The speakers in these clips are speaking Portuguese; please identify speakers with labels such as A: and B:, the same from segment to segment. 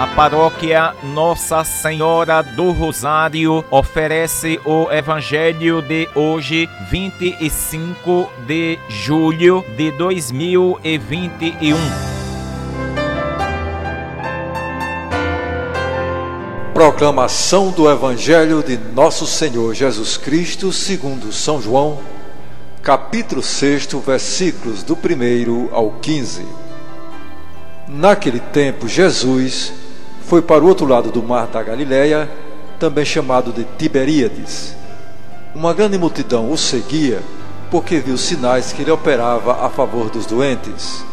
A: A paróquia Nossa Senhora do Rosário oferece o Evangelho de hoje, 25 de julho de 2021.
B: Proclamação do Evangelho de Nosso Senhor Jesus Cristo segundo São João, capítulo 6, versículos do 1 ao 15. Naquele tempo, Jesus foi para o outro lado do mar da Galileia, também chamado de Tiberíades. Uma grande multidão o seguia, porque viu sinais que ele operava a favor dos doentes.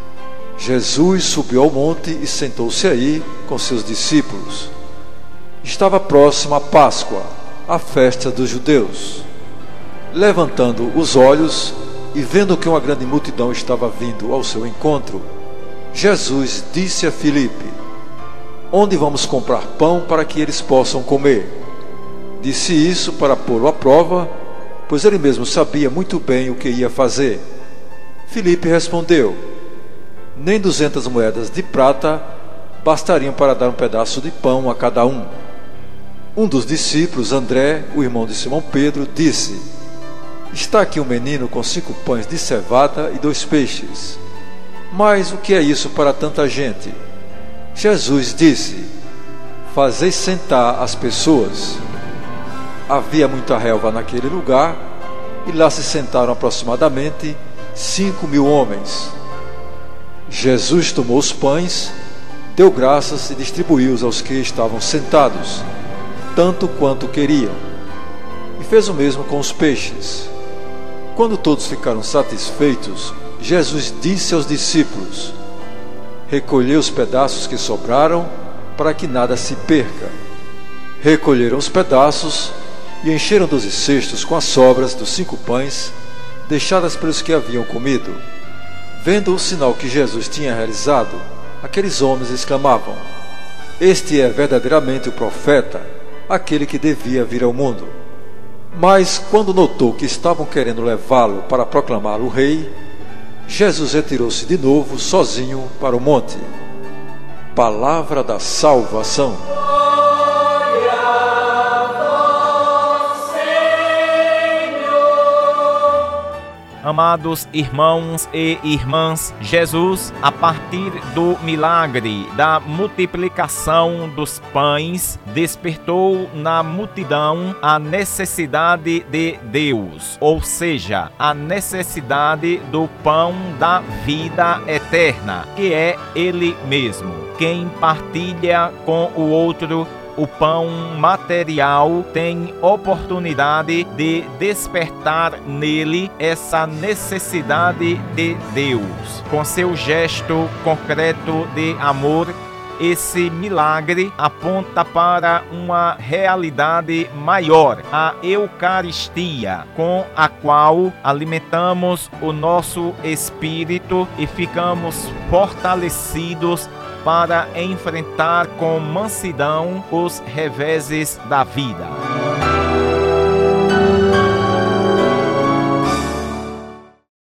B: Jesus subiu ao monte e sentou-se aí com seus discípulos. Estava próxima a Páscoa, a festa dos judeus. Levantando os olhos e vendo que uma grande multidão estava vindo ao seu encontro, Jesus disse a Filipe: "Onde vamos comprar pão para que eles possam comer?" Disse isso para pô-lo à prova, pois ele mesmo sabia muito bem o que ia fazer. Filipe respondeu: "Nem 200 moedas de prata bastariam para dar um pedaço de pão a cada um." Um dos discípulos, André, o irmão de Simão Pedro, disse: "Está aqui um menino com 5 pães de cevada e 2 peixes. Mas o que é isso para tanta gente?" Jesus disse: "Fazei sentar as pessoas." Havia muita relva naquele lugar, e lá se sentaram aproximadamente 5.000 homens. Jesus tomou os pães, deu graças e distribuiu-os aos que estavam sentados, tanto quanto queriam, e fez o mesmo com os peixes. Quando todos ficaram satisfeitos, Jesus disse aos discípulos: "Recolhei os pedaços que sobraram, para que nada se perca." Recolheram os pedaços e encheram 12 cestos com as sobras dos 5 pães, deixadas pelos que haviam comido. Vendo o sinal que Jesus tinha realizado, aqueles homens exclamavam: "Este é verdadeiramente o profeta, aquele que devia vir ao mundo." Mas quando notou que estavam querendo levá-lo para proclamá-lo rei, Jesus retirou-se de novo sozinho para o monte. Palavra da salvação.
A: Amados irmãos e irmãs, Jesus, a partir do milagre da multiplicação dos pães, despertou na multidão a necessidade de Deus, ou seja, a necessidade do pão da vida eterna, que é Ele mesmo. Quem partilha com o outro o pão material tem oportunidade de despertar nele essa necessidade de Deus. Com seu gesto concreto de amor, esse milagre aponta para uma realidade maior, a Eucaristia, com a qual alimentamos o nosso espírito e ficamos fortalecidos para enfrentar com mansidão os reveses da vida.